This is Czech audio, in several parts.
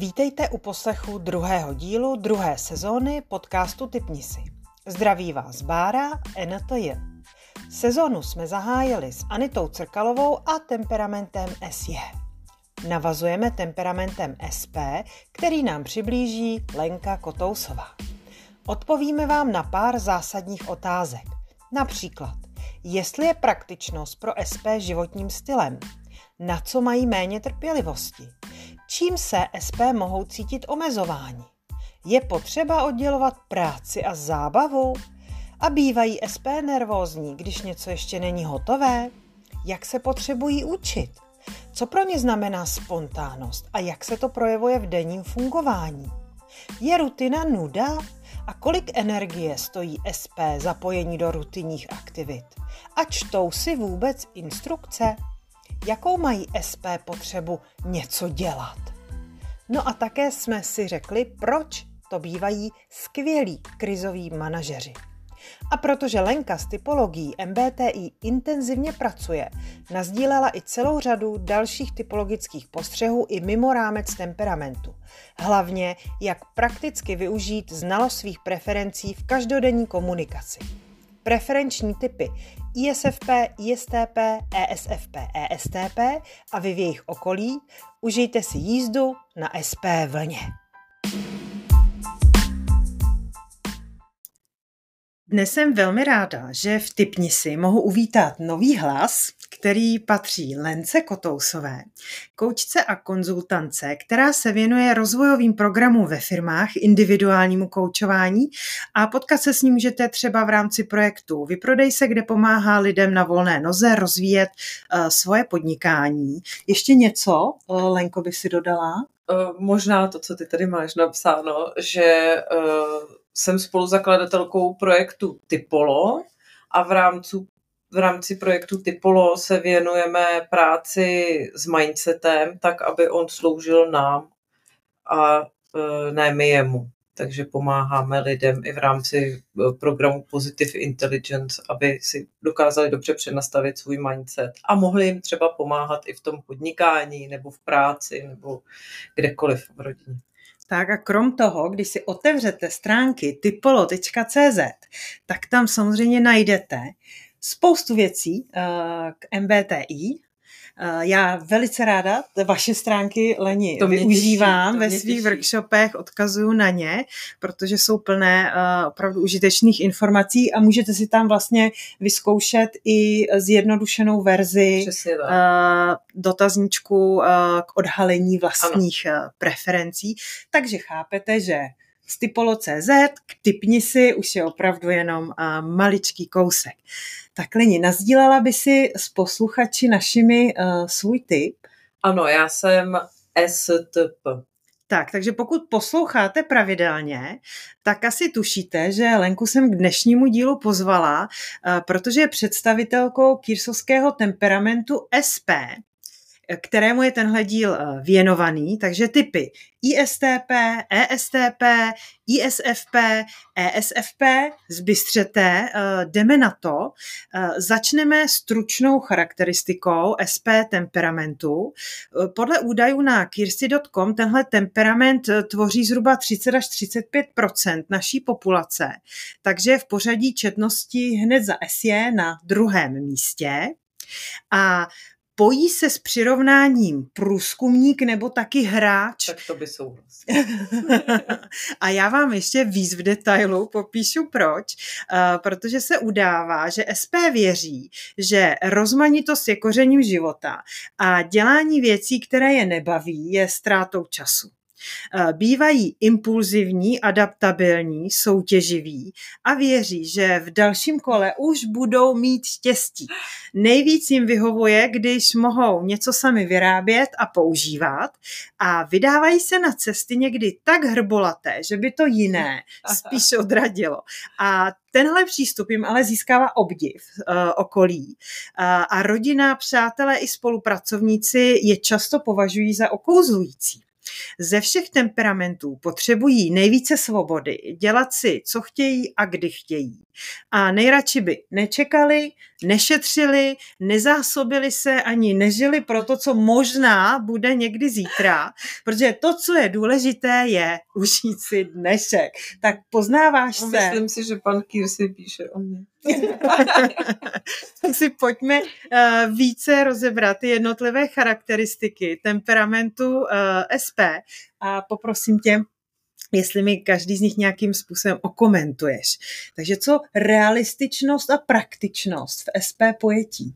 Vítejte u poslechu druhého dílu druhé sezóny podcastu Tipni si. Zdraví vás Bára, NTJ. Sezónu jsme zahájili s Anitou Crkalovou a temperamentem SJ. Navazujeme temperamentem SP, který nám přiblíží Lenka Kotousová. Odpovíme vám na pár zásadních otázek. Například, jestli je praktičnost pro SP životním stylem, na co mají méně trpělivosti, čím se SP mohou cítit omezování, je potřeba oddělovat práci a zábavu a bývají SP nervózní, když něco ještě není hotové, jak se potřebují učit, co pro ně znamená spontánnost a jak se to projevuje v denním fungování. Je rutina nuda a kolik energie stojí SP zapojení do rutinních aktivit? A čtou si vůbec instrukce? Jakou mají SP potřebu něco dělat? No a také jsme si řekli, proč to bývají skvělí krizoví manažeři. A protože Lenka s typologií MBTI intenzivně pracuje, nasdílela i celou řadu dalších typologických postřehů i mimo rámec temperamentu. Hlavně, jak prakticky využít znalost svých preferencí v každodenní komunikaci. Preferenční typy ISFP, ISTP, ESFP, ESTP a vy v jejich okolí užijte si jízdu na SP vlně. Dnes jsem velmi ráda, že v Tipni si mohu uvítat nový hlas, který patří Lence Kotousové, koučce a konzultance, která se věnuje rozvojovým programům ve firmách, individuálnímu koučování a potkat se s ní můžete třeba v rámci projektu Vyprodej se, kde pomáhá lidem na volné noze rozvíjet svoje podnikání. Ještě něco, Lenko, by si dodala? Možná to, co ty tady máš napsáno, že jsem spoluzakladatelkou projektu Typolo a v rámci projektu Typolo se věnujeme práci s mindsetem, tak aby on sloužil nám a ne my jemu. Takže pomáháme lidem i v rámci programu Positive Intelligence, aby si dokázali dobře přenastavit svůj mindset a mohli jim třeba pomáhat i v tom podnikání nebo v práci nebo kdekoliv v rodině. Tak a krom toho, když si otevřete stránky typolo.cz, tak tam samozřejmě najdete spoustu věcí k MBTI. Já velice ráda vaše stránky, Leni, využívám ve svých workshopech, odkazuju na ně, protože jsou plné opravdu užitečných informací a můžete si tam vlastně vyzkoušet i zjednodušenou verzi dotazníčku k odhalení vlastních preferencí. Takže chápete, že z typolo.cz k Tipni si už je opravdu jenom maličký kousek. Tak Leni, nasdílela by si s posluchači našimi svůj tip? Ano, já jsem STP. Tak, takže pokud posloucháte pravidelně, tak asi tušíte, že Lenku jsem k dnešnímu dílu pozvala, protože je představitelkou kýrsovského temperamentu SP, kterému je tenhle díl věnovaný, takže typy ISTP, ESTP, ISFP, ESFP, zbystřete, jdeme na to. Začneme stručnou charakteristikou SP temperamentu. Podle údajů na kirsty.com tenhle temperament tvoří zhruba 30 až 35% naší populace, takže je v pořadí četnosti hned za SJ na druhém místě. A pojí se s přirovnáním průzkumník nebo taky hráč. Tak to by souhlasil. A já vám ještě víc v detailu popíšu proč, protože se udává, že SP věří, že rozmanitost je kořením života a dělání věcí, které je nebaví, je ztrátou času. Bývají impulzivní, adaptabilní, soutěživí a věří, že v dalším kole už budou mít štěstí. Nejvíc jim vyhovuje, když mohou něco sami vyrábět a používat a vydávají se na cesty někdy tak hrbolaté, že by to jiné spíš odradilo. A tenhle přístup jim ale získává obdiv okolí a rodina, přátelé i spolupracovníci je často považují za okouzlující. Ze všech temperamentů potřebují nejvíce svobody, dělat si, co chtějí a kdy chtějí. A nejradši by nečekali, nešetřili, nezásobili se ani nežili pro to, co možná bude někdy zítra, protože to, co je důležité, je užít si dnešek. Tak poznáváš se. Myslím si, že pan Kýr si píše o mě. Tak si pojďme více rozebrat ty jednotlivé charakteristiky temperamentu SP a poprosím tě, jestli mi každý z nich nějakým způsobem okomentuješ. Takže co realističnost a praktičnost v SP pojetí?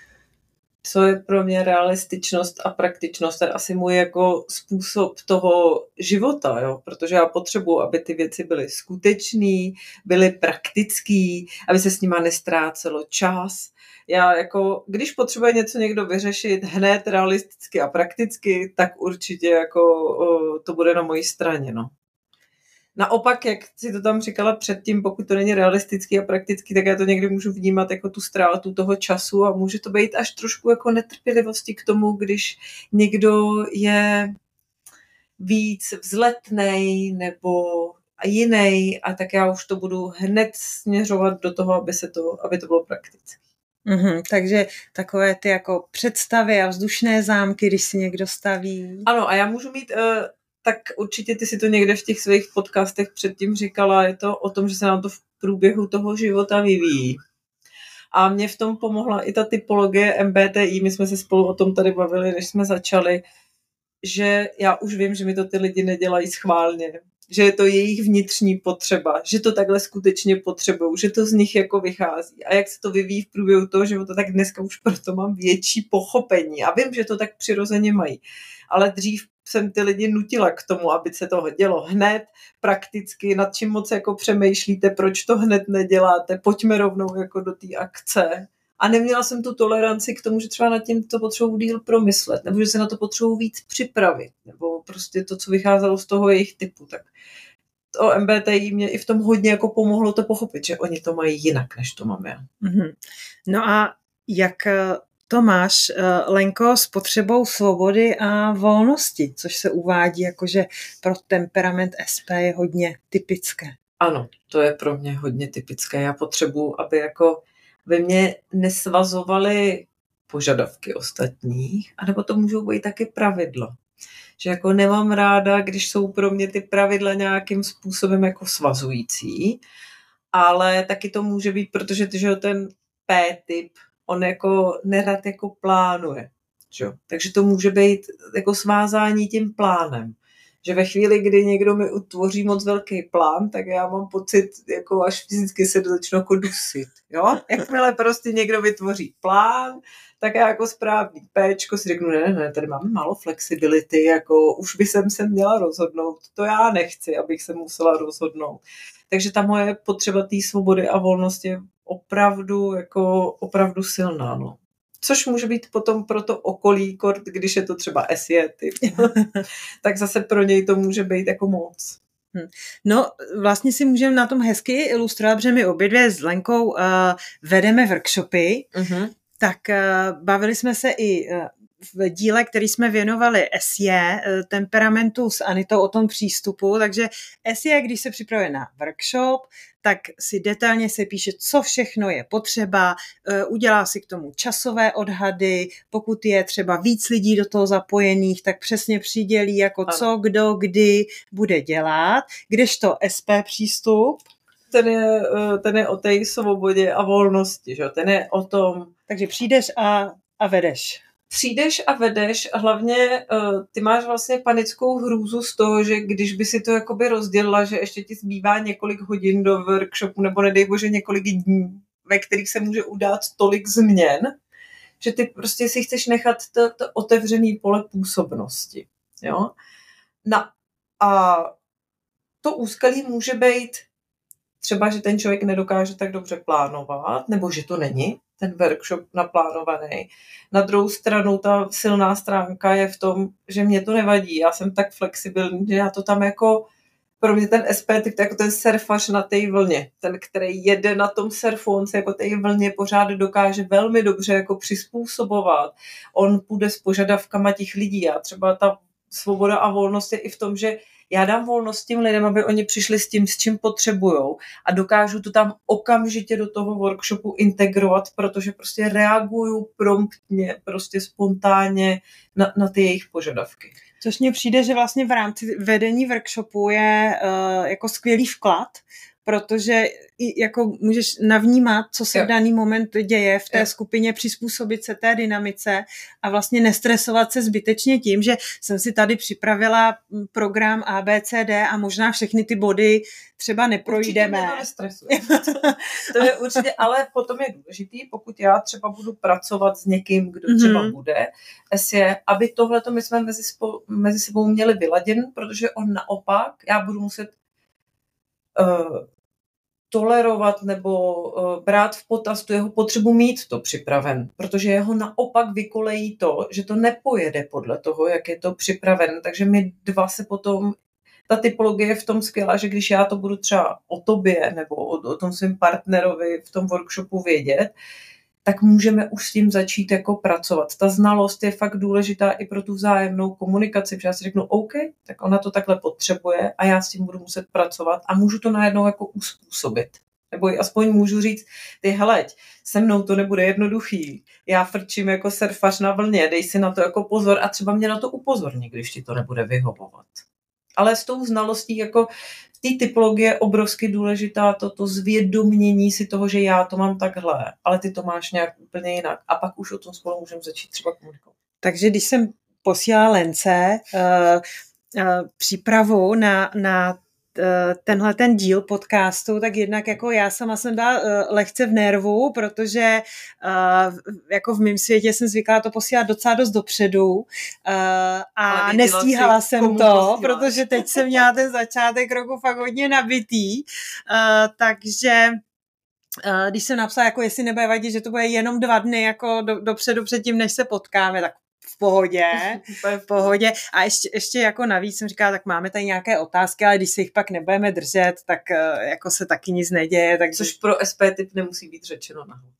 Co je pro mě realističnost a praktičnost? To je asi můj jako způsob toho života, jo? Protože já potřebuji, aby ty věci byly skutečný, byly praktický, aby se s nima nestrácelo čas. Já jako, když potřebuje něco někdo vyřešit hned realisticky a prakticky, tak určitě jako to bude na mojí straně, no. Naopak, jak si to tam říkala předtím, pokud to není realistický a praktický, tak já to někdy můžu vnímat jako tu ztrátu toho času a může to být až trošku jako netrpělivosti k tomu, když někdo je víc vzletnej nebo jiný, a tak já už to budu hned směřovat do toho, aby to bylo praktické. Takže takové ty jako představy a vzdušné zámky, když si někdo staví. Ano, a já můžu mít... tak určitě ty si to někde v těch svých podcastech předtím říkala, je to o tom, že se nám to v průběhu toho života vyvíjí. A mě v tom pomohla i ta typologie MBTI, my jsme se spolu o tom tady bavili, než jsme začali, že já už vím, že mi to ty lidi nedělají schválně, že je to jejich vnitřní potřeba, že to takhle skutečně potřebují, že to z nich jako vychází. A jak se to vyvíjí v průběhu toho života, tak dneska už proto mám větší pochopení. A vím, že to tak přirozeně mají. Ale dřív jsem ty lidi nutila k tomu, aby se to dělo hned, prakticky, nad čím moc jako přemýšlíte, proč to hned neděláte, pojďme rovnou jako do té akce. A neměla jsem tu toleranci k tomu, že třeba nad tím to potřebuji díl promyslet, nebo že se na to potřebuji víc připravit, nebo prostě to, co vycházelo z toho jejich typu. Tak to MBTI mě i v tom hodně jako pomohlo to pochopit, že oni to mají jinak, než to mám já. No a jak to máš, Lenko, s potřebou svobody a volnosti, což se uvádí jakože pro temperament SP je hodně typické. Ano, to je pro mě hodně typické. Já potřebuji, aby jako ve mně nesvazovaly požadavky ostatních, anebo to můžou být taky pravidla. Že jako nemám ráda, když jsou pro mě ty pravidla nějakým způsobem jako svazující, ale taky to může být, protože ten P-typ, on jako nerad jako plánuje. Že? Takže to může být jako svázání tím plánem. Že ve chvíli, kdy někdo mi utvoří moc velký plán, tak já mám pocit, jako až fyzicky se začnu jako dusit. Jo? Jakmile prostě někdo vytvoří plán, tak já jako správný péčko si řeknu, ne, tady máme málo flexibility, jako už by jsem se měla rozhodnout. To já nechci, abych se musela rozhodnout. Takže ta moje potřeba té svobody a volnosti je opravdu silná. No. Což může být potom pro to okolí, když je to třeba SJ typ, tak zase pro něj to může být jako moc. No, vlastně si můžeme na tom hezky ilustrovat, protože my obě dvě s Lenkou vedeme workshopy, tak bavili jsme se i v díle, který jsme věnovali SJ, temperamentu s Anitou o tom přístupu, takže SJ, když se připravuje na workshop, tak si detailně se píše, co všechno je potřeba, udělá si k tomu časové odhady, pokud je třeba víc lidí do toho zapojených, tak přesně přidělí, jako co, kdo, kdy bude dělat, kdežto SP přístup, ten je o té svobodě a volnosti, že? Ten je o tom... Takže přijdeš a vedeš. Přijdeš a vedeš a hlavně ty máš vlastně panickou hrůzu z toho, že když by si to jakoby rozdělila, že ještě ti zbývá několik hodin do workshopu nebo nedej bože několik dní, ve kterých se může udát tolik změn, že ty prostě si chceš nechat to otevřený pole působnosti. Jo? A to úskalí může být třeba, že ten člověk nedokáže tak dobře plánovat, nebo že to není ten workshop naplánovaný. Na druhou stranu ta silná stránka je v tom, že mě to nevadí. Já jsem tak flexibilní, že já to tam jako, pro mě ten SP typ, jako ten surfař na té vlně, ten, který jede na tom surfu, on se jako té vlně pořád dokáže velmi dobře jako přizpůsobovat. On půjde s požadavkama těch lidí a třeba ta svoboda a volnost je i v tom, že Já dám volnost těm lidem, aby oni přišli s tím, s čím potřebujou a dokážu to tam okamžitě do toho workshopu integrovat, protože prostě reaguju promptně, prostě spontánně na ty jejich požadavky. Což mně přijde, že vlastně v rámci vedení workshopu je jako skvělý vklad, protože jako můžeš navnímat, co se v daný moment děje v té skupině, přizpůsobit se té dynamice a vlastně nestresovat se zbytečně tím, že jsem si tady připravila program ABCD a možná všechny ty body třeba neprojdeme. Určitě mě to nestresuje. To je určitě, ale potom je důležitý, pokud já třeba budu pracovat s někým, kdo třeba bude SE, aby tohleto my jsme mezi sebou měli vyladěn, protože on naopak, já budu muset tolerovat nebo brát v potaz tu jeho potřebu mít to připraven, protože jeho naopak vykolejí to, že to nepojede podle toho, jak je to připraven. Takže my dva se potom, ta typologie je v tom skvělá, že když já to budu třeba o tobě nebo o tom svém partnerovi v tom workshopu vědět, tak můžeme už s tím začít jako pracovat. Ta znalost je fakt důležitá i pro tu vzájemnou komunikaci, protože já si řeknu, OK, tak ona to takhle potřebuje a já s tím budu muset pracovat a můžu to najednou jako uspůsobit. Nebo aspoň můžu říct, ty heleď, se mnou to nebude jednoduchý, já frčím jako surfař na vlně, dej si na to jako pozor a třeba mě na to upozorní, když ti to nebude vyhovovat. Ale s tou znalostí jako té typologie je obrovsky důležitá to zvědomění si toho, že já to mám takhle, ale ty to máš nějak úplně jinak. A pak už o tom spolu můžeme začít třeba komunikovat. Takže když jsem posílala Lence přípravu na tenhle ten díl podcastu, tak jednak jako já sama jsem byla lehce v nervu, protože jako v mém světě jsem zvykla to posílat docela dost dopředu a nestíhala jsem to, protože teď jsem měla ten začátek roku fakt hodně nabitý, takže když jsem napsala, jako jestli nebude vadit, že to bude jenom 2 dny jako dopředu předtím, než se potkáme, tak v pohodě. A ještě jako navíc jsem říkala, tak máme tady nějaké otázky, ale když se jich pak nebudeme držet, tak jako se taky nic neděje. Takže... Což pro SP typ nemusí být řečeno nahlas.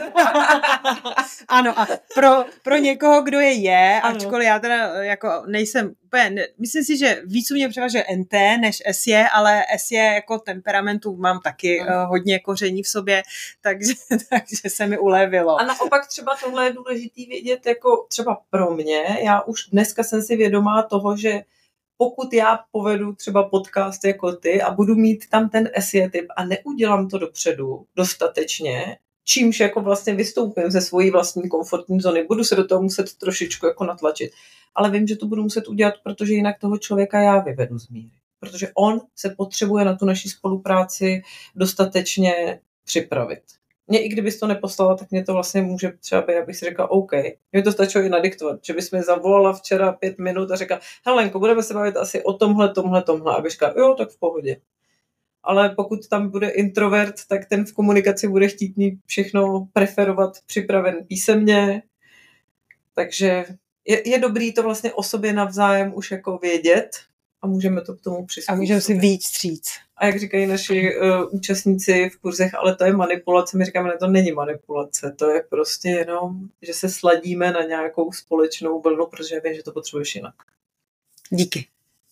Ano, a pro někoho, kdo je, ačkoliv já teda jako nejsem úplně, myslím si, že víc u mě převažuje NT než SE, ale SE jako temperamentu mám taky hodně koření v sobě, takže se mi ulevilo. A naopak třeba tohle je důležitý vědět, jako třeba pro mě, já už dneska jsem si vědomá toho, že pokud já povedu třeba podcast jako ty a budu mít tam ten SE typ a neudělám to dopředu dostatečně, čímž jako vlastně vystoupím ze svojí vlastní komfortní zóny, budu se do toho muset trošičku jako natlačit. Ale vím, že to budu muset udělat, protože jinak toho člověka já vyvedu z míry. Protože on se potřebuje na tu naši spolupráci dostatečně připravit. Mně i kdybys to neposlala, tak mě to vlastně může třeba být, abych si řekla OK. Mě to stačilo i nadiktovat, že bys mi zavolala včera 5 minut a řekla, Helenko, budeme se bavit asi o tomhle, abych říkala, jo, tak v pohodě. Ale pokud tam bude introvert, tak ten v komunikaci bude chtít mít všechno preferovat připraven písemně. Takže je dobrý to vlastně o sobě navzájem už jako vědět a můžeme to k tomu přizpůsobit. A můžeme si víc stříc. A jak říkají naši účastníci v kurzech, ale to je manipulace, my říkáme, ne, to není manipulace, to je prostě jenom, že se sladíme na nějakou společnou vlnu, protože vím, že to potřebuješ jinak. Díky.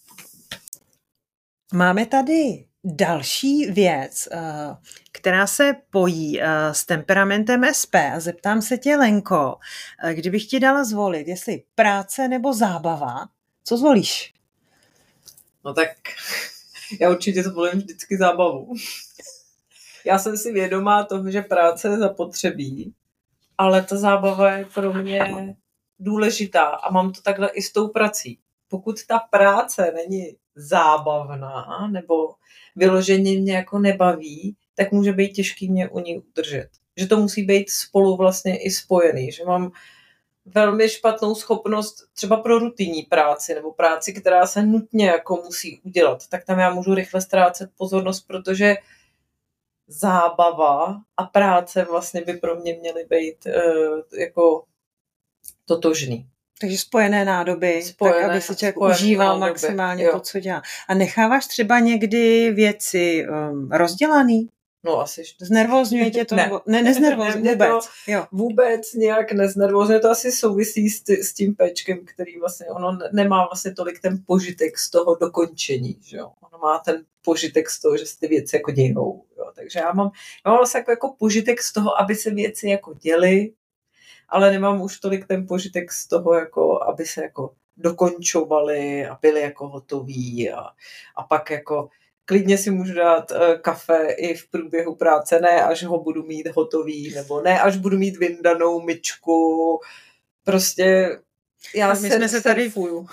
Máme tady další věc, která se pojí s temperamentem SP a zeptám se tě, Lenko, kdybych ti dala zvolit, jestli práce nebo zábava, co zvolíš? No tak já určitě zvolím vždycky zábavu. Já jsem si vědomá toho, že práce je zapotřebí, ale ta zábava je pro mě důležitá a mám to takhle i s tou prací. Pokud ta práce není zábavná nebo vyloženě mě jako nebaví, tak může být těžký mě u ní udržet. Že to musí být spolu vlastně i spojený, že mám velmi špatnou schopnost třeba pro rutinní práci nebo práci, která se nutně jako musí udělat, tak tam já můžu rychle ztrácet pozornost, protože zábava a práce vlastně by pro mě měly být jako totožný. Takže spojené nádoby, tak aby si člověk užíval maximálně to, co dělá. A necháváš třeba někdy věci rozdělaný? No asi. Znervózňuje tě to? Ne, neznervózňuje vůbec. Jo. Vůbec nějak neznervózňuje. To asi souvisí s tím péčkem, který vlastně, ono nemá vlastně tolik ten požitek z toho dokončení, že jo. Ono má ten požitek z toho, že se ty věci jako dějou, jo. Takže já mám vlastně jako požitek z toho, aby se věci jako děly, ale nemám už tolik ten požitek z toho, jako aby se jako dokončovaly a byly jako hotový a pak jako klidně si můžu dát kafe i v průběhu práce, ne až ho budu mít hotový, nebo ne až budu mít vyndanou myčku. Prostě já my jsme se tady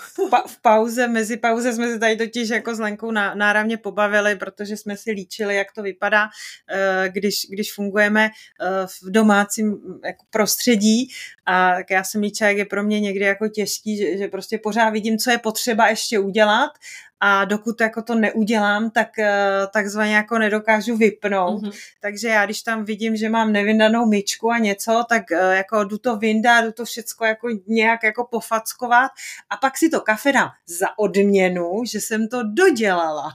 v pauze, mezi pauze jsme se tady totiž jako s Lenkou náramně pobavili, protože jsme si líčili, jak to vypadá, když fungujeme v domácím jako prostředí, a tak já jsem líčila, jak je pro mě někdy jako těžký, že prostě pořád vidím, co je potřeba ještě udělat, a dokud jako to neudělám, tak takzvaně jako nedokážu vypnout. Mm-hmm. Takže já, když tam vidím, že mám nevyndanou myčku a něco, tak jako jdu to vyndat, jdu to všecko jako nějak jako pofackovat a pak si to kafe dám za odměnu, že jsem to dodělala.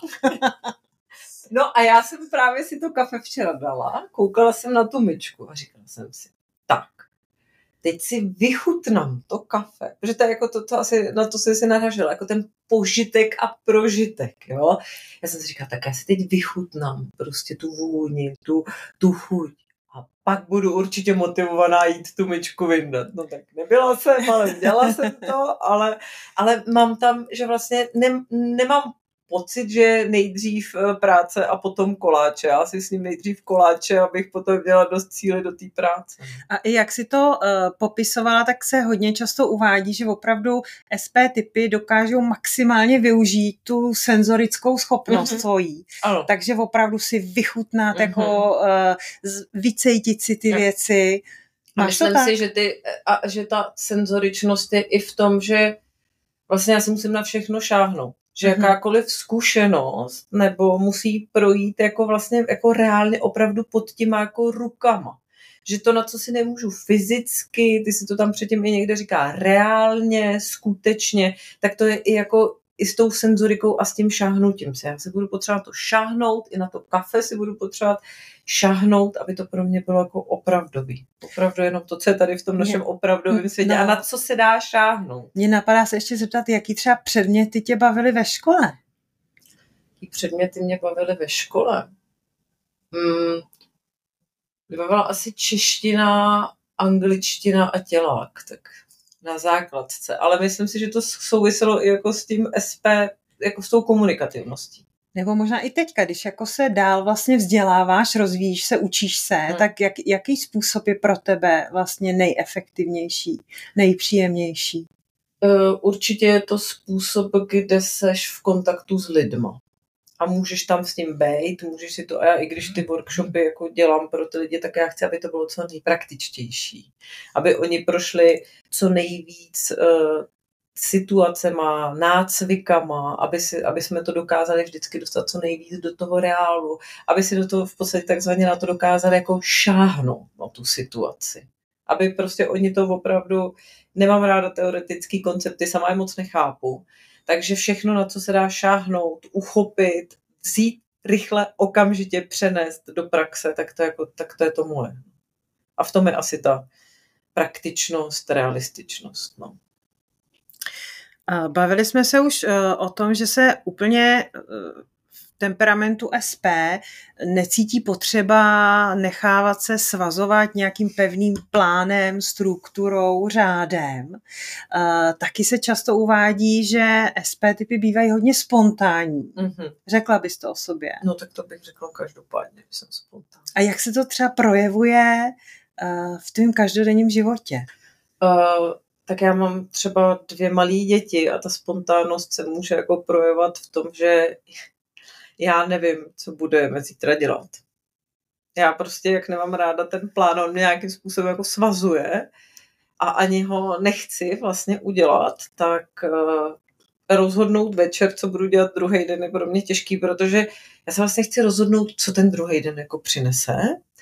No a já jsem právě si to kafe včera dala, koukala jsem na tu myčku a říkala jsem si, tak, teď si vychutnám to kafe, protože to je jako to asi, na to jsem si naražila, jako ten požitek a prožitek, jo. Já jsem si říkala, tak já si teď vychutnám prostě tu vůni, tu chuť a pak budu určitě motivovaná jít tu myčku vyndat. No tak nebyla jsem, ale dělala jsem to, ale mám tam, že vlastně nemám pocit, že nejdřív práce a potom koláče. Já si s ním nejdřív koláče, abych potom měla dost cíle do té práce. A jak si to popisovala, tak se hodně často uvádí, že opravdu SP typy dokážou maximálně využít tu senzorickou schopnost svojí. Ano. Takže opravdu si vychutnat, jako vycejtit si ty věci. Myslím si, že ta senzoričnost je i v tom, že vlastně já si musím na všechno šáhnout. Že jakákoliv zkušenost nebo musí projít jako vlastně jako reálně opravdu pod těma jako rukama. Že to, na co si nemůžu fyzicky, ty si to tam předtím i někde říká, reálně, skutečně, tak to je i jako i s tou senzorikou a s tím šáhnutím. Já si budu potřebovat to šáhnout, i na to kafe si budu potřebovat šáhnout, aby to pro mě bylo jako opravdový. Opravdu jenom to, co je tady v tom našem opravdovém světě. No. A na co se dá šáhnout? Mně napadá se ještě zeptat, jaký třeba předměty tě bavily ve škole? Jaký předměty mě bavily ve škole? Mě bavila asi čeština, angličtina a tělák, tak na základce. Ale myslím si, že to souviselo i jako s tím SP, jako s tou komunikativností. Nebo možná i teďka, když jako se dál vlastně vzděláváš, rozvíjíš se, učíš se, tak jaký způsob je pro tebe vlastně nejefektivnější, nejpříjemnější? Určitě je to způsob, kde seš v kontaktu s lidma. A můžeš tam s ním bejt, můžeš si to, a já i když ty workshopy jako dělám pro ty lidi, tak já chci, aby to bylo co nejpraktičtější. Aby oni prošli co nejvíc situacema, nácvikama, aby jsme to dokázali vždycky dostat co nejvíc do toho reálu, aby si do toho v podstatě takzvaně na to dokázali jako šáhnout na tu situaci. Aby prostě oni to opravdu, nemám ráda teoretický koncepty, sama je moc nechápu. Takže všechno, na co se dá šáhnout, uchopit, vzít rychle, okamžitě přenést do praxe, tak to je to moje. A v tom je asi ta praktičnost, realističnost. No. Bavili jsme se už o tom, že se úplně v temperamentu SP necítí potřeba nechávat se svazovat nějakým pevným plánem, strukturou, řádem. Taky se často uvádí, že SP typy bývají hodně spontánní. Mm-hmm. Řekla bys to o sobě? No tak to bych řekla každopádně, že jsem spontánní. A jak se to třeba projevuje v tvém každodenním životě? Tak já mám třeba 2 malé děti a ta spontánnost se může jako projevovat v tom, že já nevím, co budeme zítra dělat. Já prostě, jak nemám ráda ten plán, on mě nějakým způsobem jako svazuje a ani ho nechci vlastně udělat, tak rozhodnout večer, co budu dělat druhý den, je pro mě těžký, protože já se vlastně chci rozhodnout, co ten druhý den jako přinese,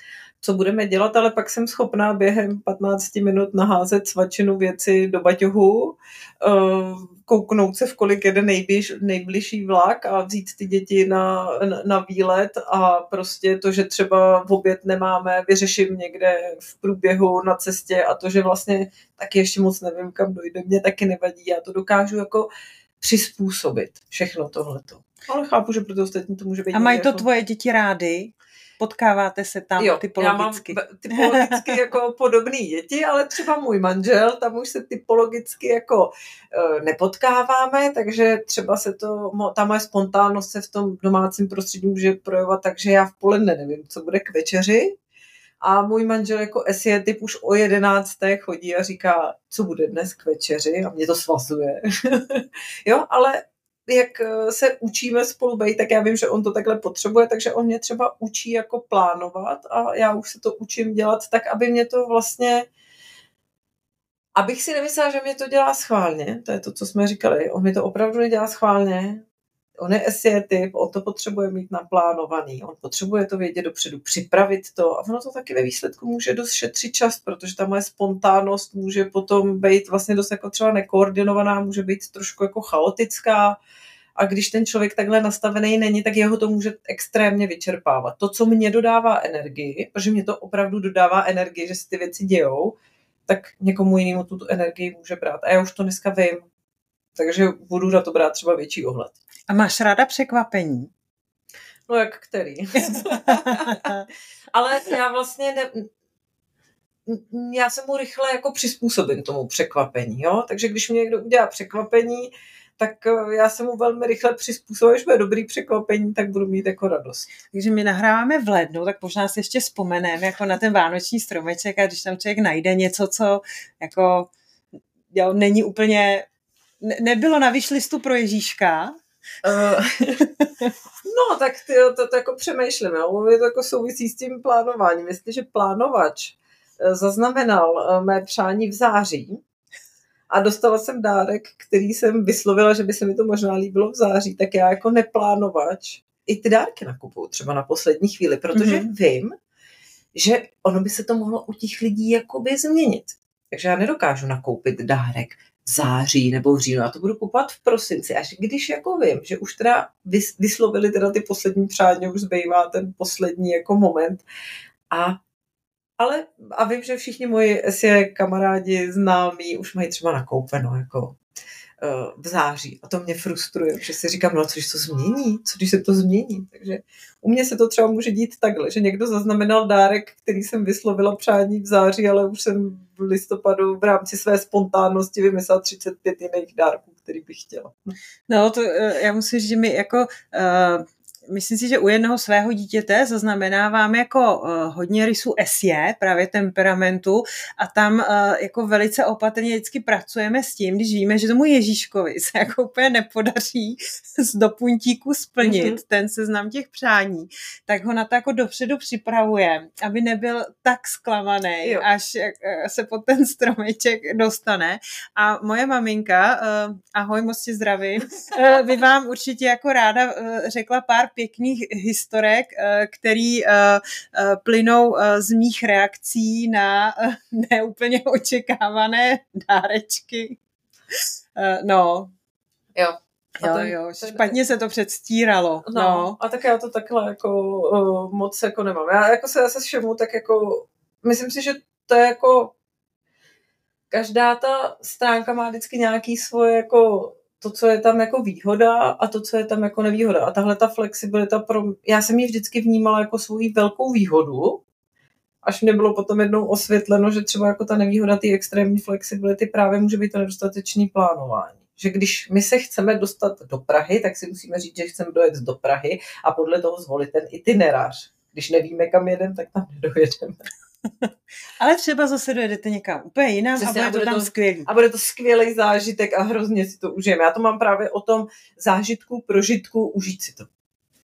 co budeme dělat, ale pak jsem schopná během 15 minut naházet svačinu věci do baťohu, kouknout se, v kolik jede nejbližší vlak a vzít ty děti na výlet a prostě to, že třeba v oběd nemáme, vyřeším někde v průběhu na cestě a to, že vlastně taky ještě moc nevím, kam dojde, mě taky nevadí. Já to dokážu jako přizpůsobit všechno tohleto. Ale chápu, že pro to ostatní to může být. A mají to tvoje děti rády? Potkáváte se tam typologicky? Já mám typologicky jako podobný děti, ale třeba můj manžel, tam už se typologicky jako nepotkáváme, takže třeba ta moje spontánnost se v tom domácím prostředí může projevovat, takže já v poledne nevím, co bude k večeři. A můj manžel jako SE typ už o 11. chodí a říká, co bude dnes k večeři a mě to svazuje. Jo, ale jak se učíme spolu bejt, tak já vím, že on to takhle potřebuje, takže on mě třeba učí jako plánovat a já už se to učím dělat tak, aby mě to vlastně, abych si nemyslela, že mě to dělá schválně, to je to, co jsme říkali, on mi to opravdu nedělá schválně, on je SE typ, on to potřebuje mít naplánovaný, on potřebuje to vědět dopředu, připravit to a ono to taky ve výsledku může dost šetřit čas, protože ta moje spontánnost může potom být vlastně dost jako třeba nekoordinovaná, může být trošku jako chaotická a když ten člověk takhle nastavený není, tak jeho to může extrémně vyčerpávat. To, co mě dodává energii, protože mě to opravdu dodává energii, že se ty věci dějou, tak někomu jinému tu energii může brát. A já už to dneska vím, takže budu na to brát třeba větší ohled. A máš ráda překvapení? No jak který? Ale já vlastně já se mu rychle jako přizpůsobím tomu překvapení, jo? Takže když mě někdo udělá překvapení, tak já se mu velmi rychle přizpůsobím, když bude dobrý překvapení, tak budu mít jako radost. Takže my nahráváme v lednu, tak možná si ještě vzpomeneme jako na ten vánoční stromeček a když tam člověk najde něco, co jako není úplně, nebylo na wishlistu pro Ježíška. No, tak to jako přemýšlím, jo? Je to jako souvisí s tím plánováním. Jestliže plánovač zaznamenal mé přání v září a dostala jsem dárek, který jsem vyslovila, že by se mi to možná líbilo v září, tak já jako neplánovač i ty dárky nakupuju třeba na poslední chvíli, protože vím, že ono by se to mohlo u těch lidí jakoby změnit. Takže já nedokážu nakoupit dárek v září nebo v říjnu. Já to budu kupovat v prosinci. Až když jako vím, že už teda vyslovili teda ty poslední přání, už zbývá ten poslední jako moment. A vím, že všichni moji SE kamarádi, známí už mají třeba nakoupeno jako v září. A to mě frustruje, protože si říkám, no co když to změní? Co když se to změní? Takže u mě se to třeba může dít takhle, že někdo zaznamenal dárek, který jsem vyslovila přání v září, ale už jsem v listopadu v rámci své spontánnosti vymyslela 35 jiných dárků, který bych chtěla. No, to já musím říct, že mi jako... Myslím si, že u jednoho svého dítěte zaznamenávám jako hodně rysů SE, právě temperamentu a tam jako velice opatrně vždycky pracujeme s tím, když víme, že tomu Ježíškovi se jako úplně nepodaří do puntíku splnit ten seznam těch přání, tak ho na to jako dopředu připravujeme, aby nebyl tak zklamaný, až se pod ten stromeček dostane. A moje maminka, ahoj, moc tě zdravím, by vám určitě jako ráda řekla pár pěkných historek, který plynou z mých reakcí na neúplně očekávané dárečky. No. Jo. Jo, špatně se to předstíralo. No. A tak já to takhle jako moc jako nemám. Já jako se zase všemu tak jako, myslím si, že to je jako každá ta stránka má vždycky nějaký svoje jako to, co je tam jako výhoda a to, co je tam jako nevýhoda. A tahle ta flexibilita, já jsem ji vždycky vnímala jako svoji velkou výhodu, až mě bylo potom jednou osvětleno, že třeba jako ta nevýhoda té extrémní flexibility právě může být to nedostatečné plánování. Že když my se chceme dostat do Prahy, tak si musíme říct, že chceme dojet do Prahy a podle toho zvolit ten itinerář. Když nevíme, kam jedeme, tak tam nedojedeme. Ale třeba zase dojedete někam úplně jinam. Přesně, a bude to tam skvělý. A bude to skvělý zážitek a hrozně si to užijeme. Já to mám právě o tom zážitku, prožitku, užít si to.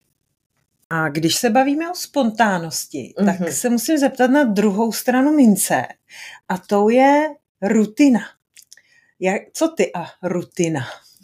A když se bavíme o spontánnosti, tak se musím zeptat na druhou stranu mince. A tou je rutina. Co ty a rutina?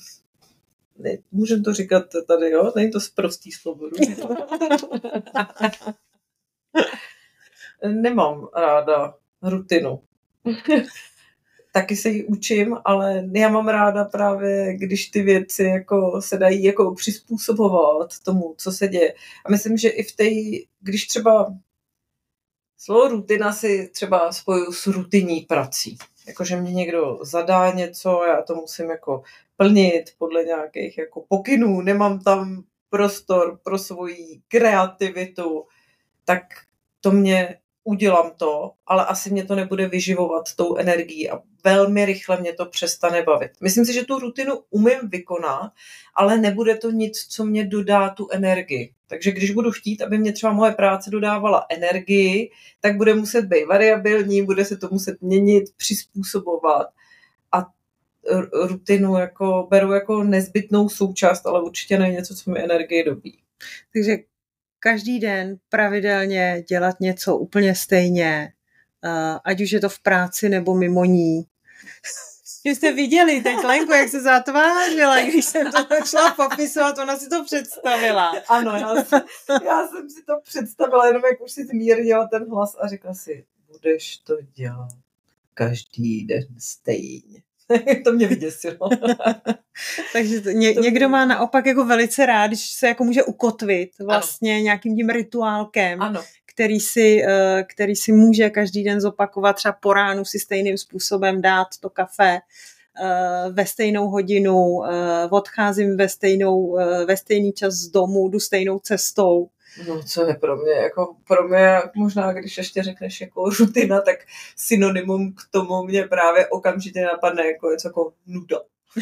Můžem to říkat tady, jo? Není to prostý slovo. Nemám ráda rutinu. Taky se ji učím, ale já mám ráda právě, když ty věci jako se dají jako přizpůsobovat tomu, co se děje. A myslím, že i když třeba slovo rutina si třeba spojuju s rutinní prací. Jakože mě někdo zadá něco, já to musím jako plnit podle nějakých jako pokynů, nemám tam prostor pro svoji kreativitu, tak udělám to, ale asi mě to nebude vyživovat tou energií a velmi rychle mě to přestane bavit. Myslím si, že tu rutinu umím vykonat, ale nebude to nic, co mě dodá tu energii. Takže když budu chtít, aby mě třeba moje práce dodávala energii, tak bude muset být variabilní, bude se to muset měnit, přizpůsobovat a rutinu beru jako nezbytnou součást, ale určitě ne něco, co mi energii dobí. Takže každý den pravidelně dělat něco úplně stejně, ať už je to v práci nebo mimo ní. Že jste viděli teď Lenku, jak se zatvářila, když jsem to začala popisovat, ona si to představila. Ano, já jsem si to představila, jenom jak už si zmírnila ten hlas a řekla si, budeš to dělat každý den stejně. To mě vyděsilo. Takže někdo má naopak jako velice rád, když se jako může ukotvit vlastně ano. Nějakým tím rituálkem, ano. Který si může každý den zopakovat, třeba po ránu si stejným způsobem dát to kafe ve stejnou hodinu, odcházím ve stejný čas z domu, jdu stejnou cestou. No, co je pro mě, možná když ještě řekneš jako rutina, tak synonymum k tomu mě právě okamžitě napadne jako něco jako nuda.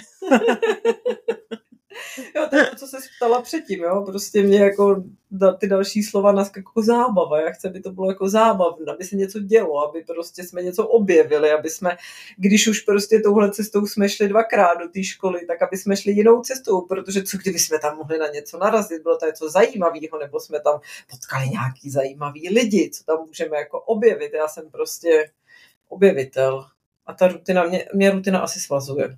Jo, to je to, co se ptala předtím, jo, prostě mě jako ty další slova naskakují jako zábava, já chci, aby to bylo jako zábavné, aby se něco dělo, aby prostě jsme něco objevili, aby jsme, když už prostě touhle cestou jsme šli 2krát do té školy, tak aby jsme šli jinou cestou, protože co kdyby jsme tam mohli na něco narazit, bylo to něco zajímavého, nebo jsme tam potkali nějaký zajímavý lidi, co tam můžeme jako objevit, já jsem prostě objevitel a ta rutina, mě rutina asi svazuje.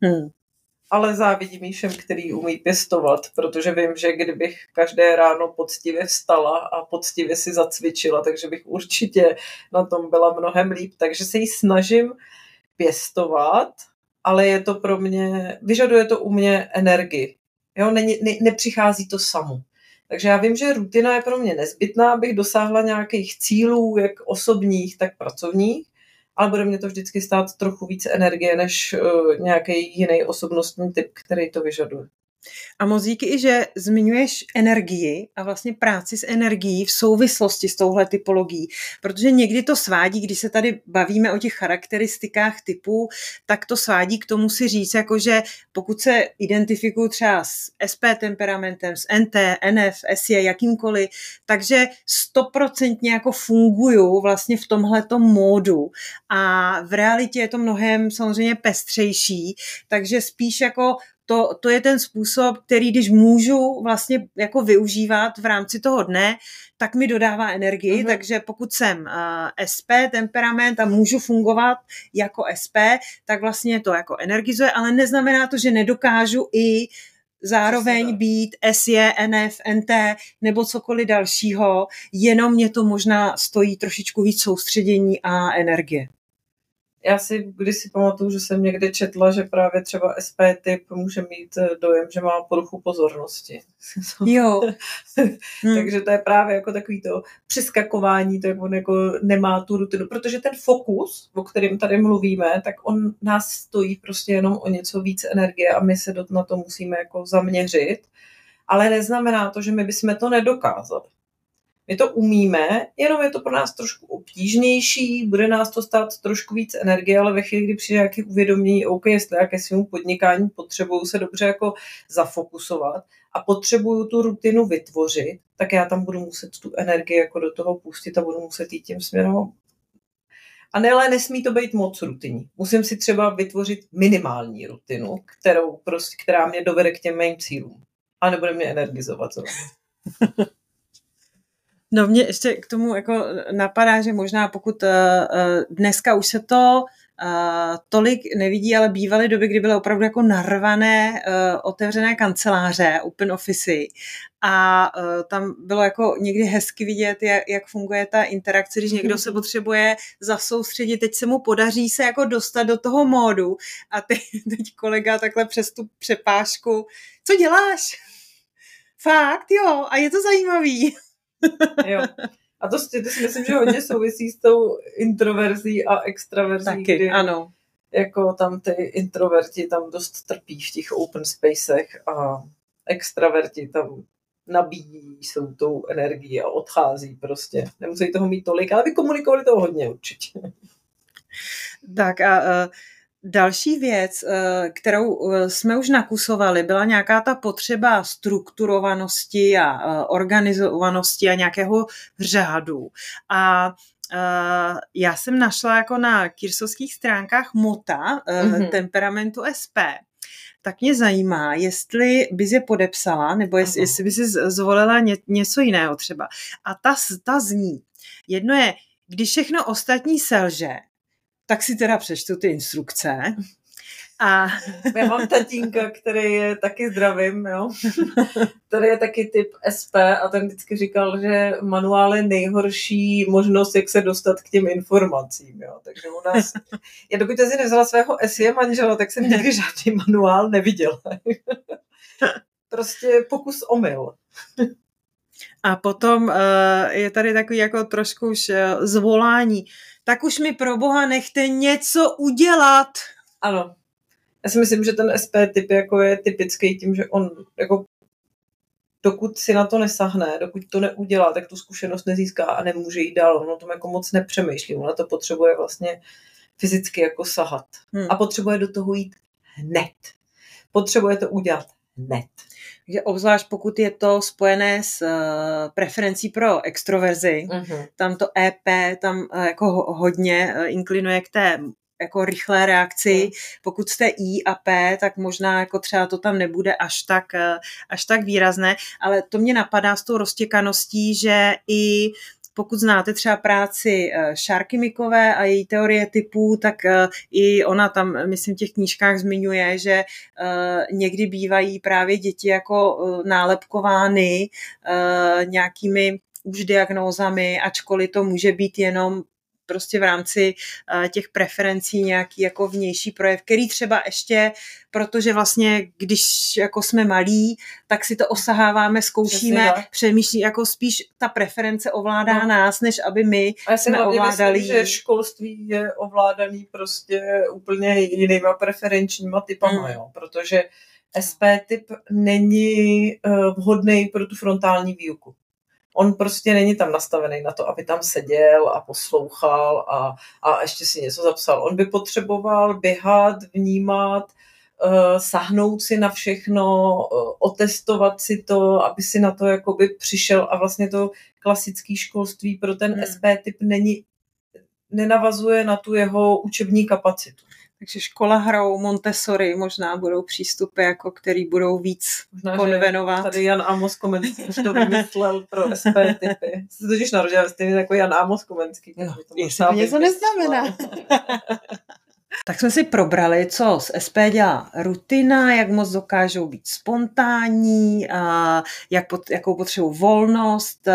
Ale závidím jí všem, který umí pěstovat, protože vím, že kdybych každé ráno poctivě vstala a poctivě si zacvičila, takže bych určitě na tom byla mnohem líp. Takže se jí snažím pěstovat, ale je to pro mě, vyžaduje to u mě energii. Jo, nepřichází to samo. Takže já vím, že rutina je pro mě nezbytná, abych dosáhla nějakých cílů, jak osobních, tak pracovních, ale bude mě to vždycky stát trochu více energie než nějaký jiný osobnostní typ, který to vyžaduje. A moc díky i, že zmiňuješ energii a vlastně práci s energií v souvislosti s touhle typologií, protože někdy to svádí, když se tady bavíme o těch charakteristikách typů, tak to svádí k tomu si říct, jakože pokud se identifikuju třeba s SP temperamentem, s NT, NF, SJ, jakýmkoliv, takže 100% jako funguju vlastně v tomhletom módu a v realitě je to mnohem samozřejmě pestřejší, takže spíš jako to je ten způsob, který když můžu vlastně jako využívat v rámci toho dne, tak mi dodává energii, takže pokud jsem SP temperament a můžu fungovat jako SP, tak vlastně to jako energizuje, ale neznamená to, že nedokážu i zároveň být SJ, NF, NT nebo cokoliv dalšího, jenom mě to možná stojí trošičku víc soustředění a energie. Já si kdysi pamatuju, že jsem někde četla, že právě třeba SP typ může mít dojem, že má poruchu pozornosti. Jo. Takže to je právě jako takový to přeskakování, to jak on jako nemá tu rutinu, protože ten fokus, o kterém tady mluvíme, tak on nás stojí prostě jenom o něco víc energie a my se na to musíme jako zaměřit, ale neznamená to, že my bychom to nedokázali. My to umíme, jenom je to pro nás trošku obtížnější, bude nás to stát trošku víc energie, ale ve chvíli, kdy přijde nějaké uvědomění, OK, jestli já ke svému podnikání potřebuju se dobře jako zafokusovat a potřebuju tu rutinu vytvořit, tak já tam budu muset tu energii jako do toho pustit a budu muset jít tím směrem. A ale nesmí to být moc rutinní. Musím si třeba vytvořit minimální rutinu, která mě dovede k těm mým cílům. A nebude mě energizovat. No mě ještě k tomu jako napadá, že možná pokud dneska už se to tolik nevidí, ale bývaly doby, kdy byly opravdu jako narvané otevřené kanceláře, open office a tam bylo jako někdy hezky vidět, jak funguje ta interakce, když někdo se potřebuje zasoustředit, teď se mu podaří se jako dostat do toho módu a teď kolega takhle přes tu přepážku, co děláš? Fakt, jo, a je to zajímavý. Jo. A to si myslím, že hodně souvisí s tou introverzí a extraverzí. Taky, kdy ano. Jako tam ty introverti tam dost trpí v těch open spacech a extraverti tam nabíjí svou tou energii a odchází prostě. Nemusí toho mít tolik, ale vykomunikovali toho hodně určitě. Tak a další věc, kterou jsme už nakusovali, byla nějaká ta potřeba strukturovanosti a organizovanosti a nějakého řádu. A já jsem našla jako na Kirsovských stránkách mota temperamentu SP. Tak mě zajímá, jestli bys je podepsala, nebo jestli bys zvolila něco jiného třeba. A ta zní. Jedno je, když všechno ostatní selže, tak si teda přečtu ty instrukce. A já mám tatínka, který je taky zdravým, jo? Který je taky typ SP a ten vždycky říkal, že manuál je nejhorší možnost, jak se dostat k těm informacím. Jo? Takže u nás, já dokud si nevzala svého SE manžela, tak jsem nikdy žádný manuál neviděla. Prostě pokus omyl. A potom je tady takový jako trošku už zvolání. Tak už mi pro boha nechte něco udělat. Ano. Já si myslím, že ten SP typ jako je typický tím, že on jako dokud si na to nesahne, dokud to neudělá, tak tu zkušenost nezíská a nemůže jít dál. On o tom jako moc nepřemýšlí. Ona to potřebuje vlastně fyzicky jako sahat. A potřebuje do toho jít hned. Potřebuje to udělat hned. Obzvlášť pokud je to spojené s preferencí pro extroverzi, tam to EP tam jako hodně inklinuje k té jako rychlé reakci. Pokud jste I a P, tak možná jako třeba to tam nebude až tak výrazné, ale to mě napadá s tou roztěkaností, že i pokud znáte třeba práci Šárky Mikové a její teorie typů, tak i ona tam, myslím, v těch knížkách zmiňuje, že někdy bývají právě děti jako nálepkovány nějakými už diagnózami, ačkoliv to může být jenom prostě v rámci těch preferencí nějaký jako vnější projev, který třeba ještě, protože vlastně, když jako jsme malí, tak si to osaháváme, zkoušíme, přemýšlí, jako spíš ta preference ovládá nás, než aby my jsme ovládali. Myslím, že školství je ovládaný prostě úplně jinýma preferenčníma typama, jo, protože SP typ není vhodný pro tu frontální výuku. On prostě není tam nastavený na to, aby tam seděl a poslouchal a ještě si něco zapsal. On by potřeboval běhat, vnímat, sahnout si na všechno, otestovat si to, aby si na to jakoby přišel a vlastně to klasické školství pro ten SP typ nenavazuje na tu jeho učební kapacitu. Takže škola hrou, Montessori možná budou přístupy, jako který budou víc možná, konvenovat. Tady Jan Amos Komenský to vymyslel pro SP typy. Jsi totiž narodila stejně jako Jan Amos Komenský. No, jestli to něco neznamená. Tak jsme si probrali, co z SP dělá rutina, jak moc dokážou být spontánní, jakou potřebují volnost,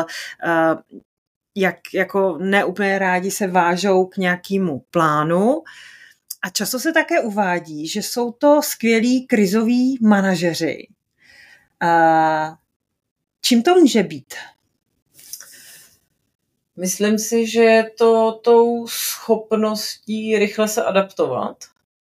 jak jako neúplně rádi se vážou k nějakému plánu. A často se také uvádí, že jsou to skvělí krizoví manažeři. Čím to může být? Myslím si, že je to tou schopností rychle se adaptovat,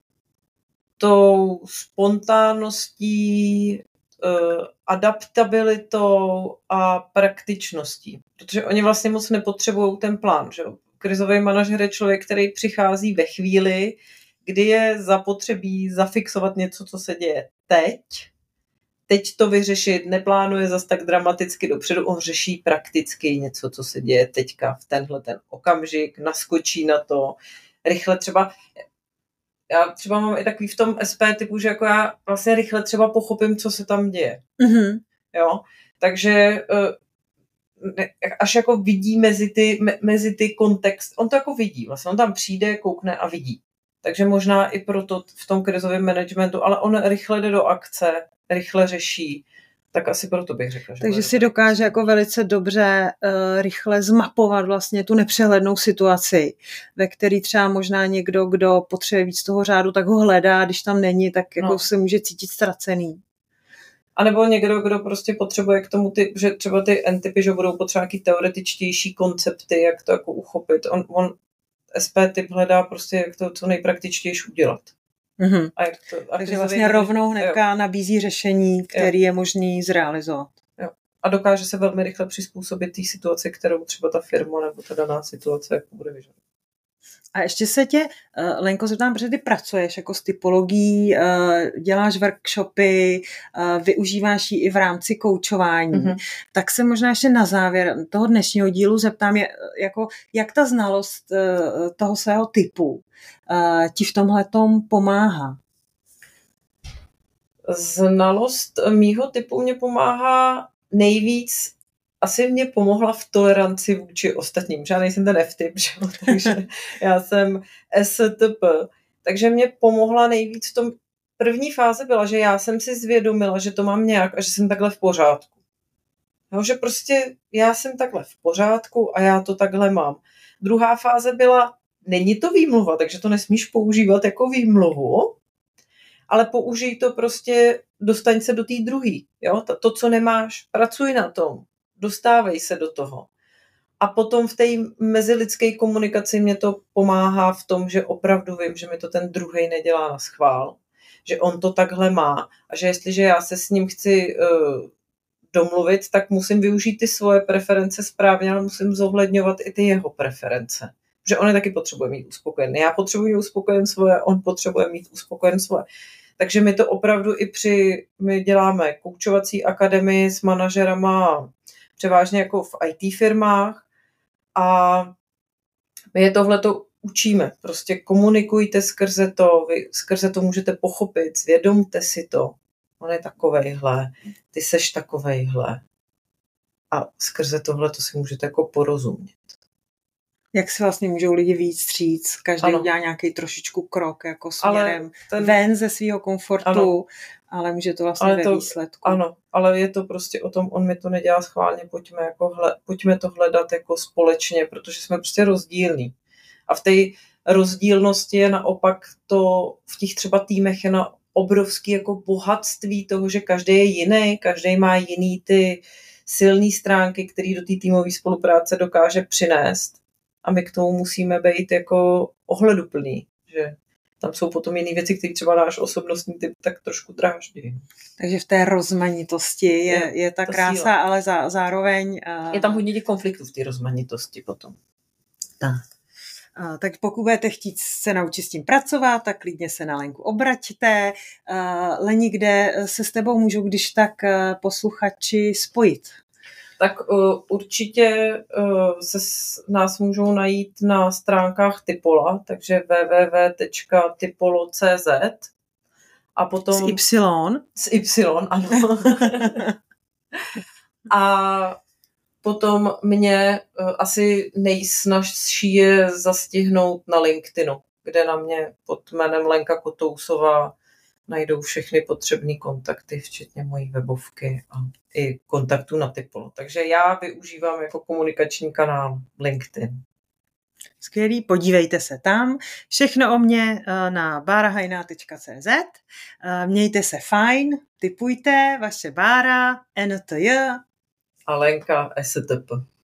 tou spontánností, adaptabilitou a praktičností. Protože oni vlastně moc nepotřebují ten plán. Že? Krizový manažer je člověk, který přichází ve chvíli, kdy je zapotřebí zafixovat něco, co se děje teď to vyřešit, neplánuje zas tak dramaticky dopředu, on řeší prakticky něco, co se děje teďka v tenhle ten okamžik, naskočí na to, rychle třeba, já třeba mám i takový v tom SP typu, že jako já vlastně rychle třeba pochopím, co se tam děje. Jo, takže až jako vidí mezi ty kontext, on to jako vidí, vlastně on tam přijde, koukne a vidí. Takže možná i proto v tom krizovém managementu, ale on rychle jde do akce, rychle řeší, tak asi proto bych řekla. Že takže si dokáže jako velice dobře rychle zmapovat vlastně tu nepřehlednou situaci, ve který třeba možná někdo, kdo potřebuje víc toho řádu, tak ho hledá, když tam není, tak jako se může cítit ztracený. A nebo někdo, kdo prostě potřebuje k tomu, že třeba ty N-typy, že budou potřeba nějaký teoretičtější koncepty, jak to jako uchopit. On SP-typ hledá prostě, jak to co nejpraktičtější udělat. Mm-hmm. Takže vlastně rovnou hnedka nabízí řešení, který je možný zrealizovat. Jo. A dokáže se velmi rychle přizpůsobit té situaci, kterou třeba ta firma nebo ta daná situace jako bude vyžadovat. A ještě se tě, Lenko, zeptám, protože ty pracuješ jako s typologií, děláš workshopy, využíváš ji i v rámci koučování, tak se možná ještě na závěr toho dnešního dílu zeptám, jak ta znalost toho svého typu ti v tomhletom pomáhá? Znalost mýho typu mě pomáhá nejvíc. Asi mě pomohla v toleranci vůči ostatním. Já nejsem ten F-typ, takže já jsem STP. Takže mě pomohla nejvíc v tom. První fáze byla, že já jsem si zvědomila, že to mám nějak a že jsem takhle v pořádku. No, že prostě já jsem takhle v pořádku a já to takhle mám. Druhá fáze byla, není to výmluva, takže to nesmíš používat jako výmluvu, ale použij to prostě, dostaň se do té druhé. To, co nemáš, pracuj na tom. Dostávej se do toho. A potom v té mezilidské komunikaci mě to pomáhá v tom, že opravdu vím, že mi to ten druhej nedělá na schvál, že on to takhle má a že jestliže já se s ním chci domluvit, tak musím využít ty svoje preference správně, ale musím zohledňovat i ty jeho preference. Že on je taky potřebuje mít uspokojený. Já potřebuji mít uspokojen svoje, on potřebuje mít uspokojen svoje. Takže my to opravdu my děláme koučovací akademii s manažerama převážně jako v IT firmách a my je tohleto učíme. Prostě komunikujte skrze to, vy skrze to můžete pochopit, zvědomte si to. On je takovejhle, ty seš takovejhle. A skrze tohleto si můžete jako porozumět. Jak si vlastně můžou lidi víc vstříc, každý udělá nějaký trošičku krok jako směrem ven ze svého komfortu, ale může to vlastně ve výsledku. Ano, ale je to prostě o tom, on mi to nedělá schválně, pojďme to hledat jako společně, protože jsme prostě rozdílní. A v té rozdílnosti je naopak to, v těch třeba týmech je na obrovský jako bohatství toho, že každý je jiný, každý má jiný ty silné stránky, které do té týmové spolupráce dokáže přinést. A my k tomu musíme být jako ohleduplný, že tam jsou potom jiné věci, které třeba náš osobnostní typ tak trošku dráždí. Takže v té rozmanitosti je ta krása, síla. Ale zároveň... Je tam hodně těch konfliktů v té rozmanitosti potom. Tak pokud budete chtít se naučit s tím pracovat, tak klidně se na Lenku obraťte. Leni, kde se s tebou můžou když tak posluchači spojit? Tak určitě nás můžou najít na stránkách Typola, takže www.typolo.cz a potom... S Y? S Y, ano. A potom mě asi nejsnažší je zastihnout na LinkedInu, kde na mě pod jménem Lenka Kotousová najdou všechny potřebné kontakty, včetně mojí webovky a i kontaktů na Typolo. Takže já využívám jako komunikační kanál LinkedIn. Skvělý, podívejte se tam. Všechno o mě na bárahajná.cz. Mějte se fajn, tipujte, vaše Bára, NTJ a Lenka STP.